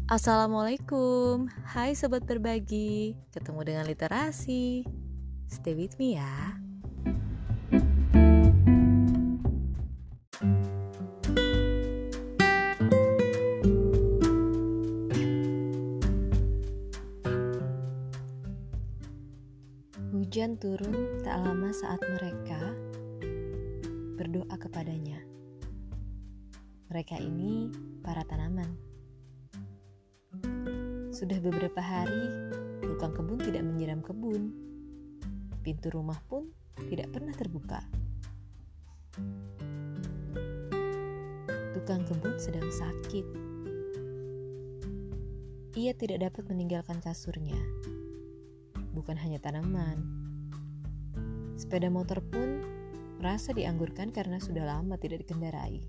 Assalamualaikum, hai sobat berbagi, ketemu dengan literasi. Stay with me ya. Hujan turun tak lama saat mereka berdoa kepadanya. Mereka ini para tanaman. Sudah beberapa hari, tukang kebun tidak menyiram kebun. Pintu rumah pun tidak pernah terbuka. Tukang kebun sedang sakit. Ia tidak dapat meninggalkan kasurnya. Bukan hanya tanaman. Sepeda motor pun merasa dianggurkan karena sudah lama tidak dikendarai.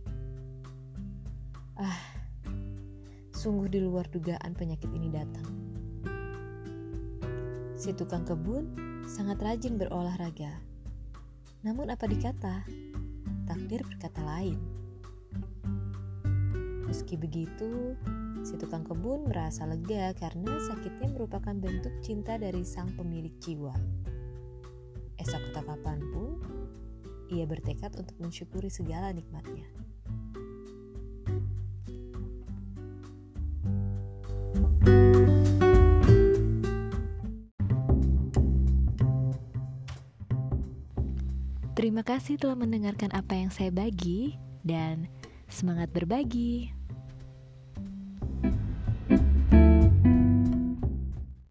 Sungguh di luar dugaan penyakit ini datang. Si tukang kebun sangat rajin berolahraga. Namun apa dikata, takdir berkata lain. Meski begitu, si tukang kebun merasa lega karena sakitnya merupakan bentuk cinta dari sang pemilik jiwa. Esok atau kapanpun, ia bertekad untuk mensyukuri segala nikmatnya. Terima kasih telah mendengarkan apa yang saya bagi dan semangat berbagi.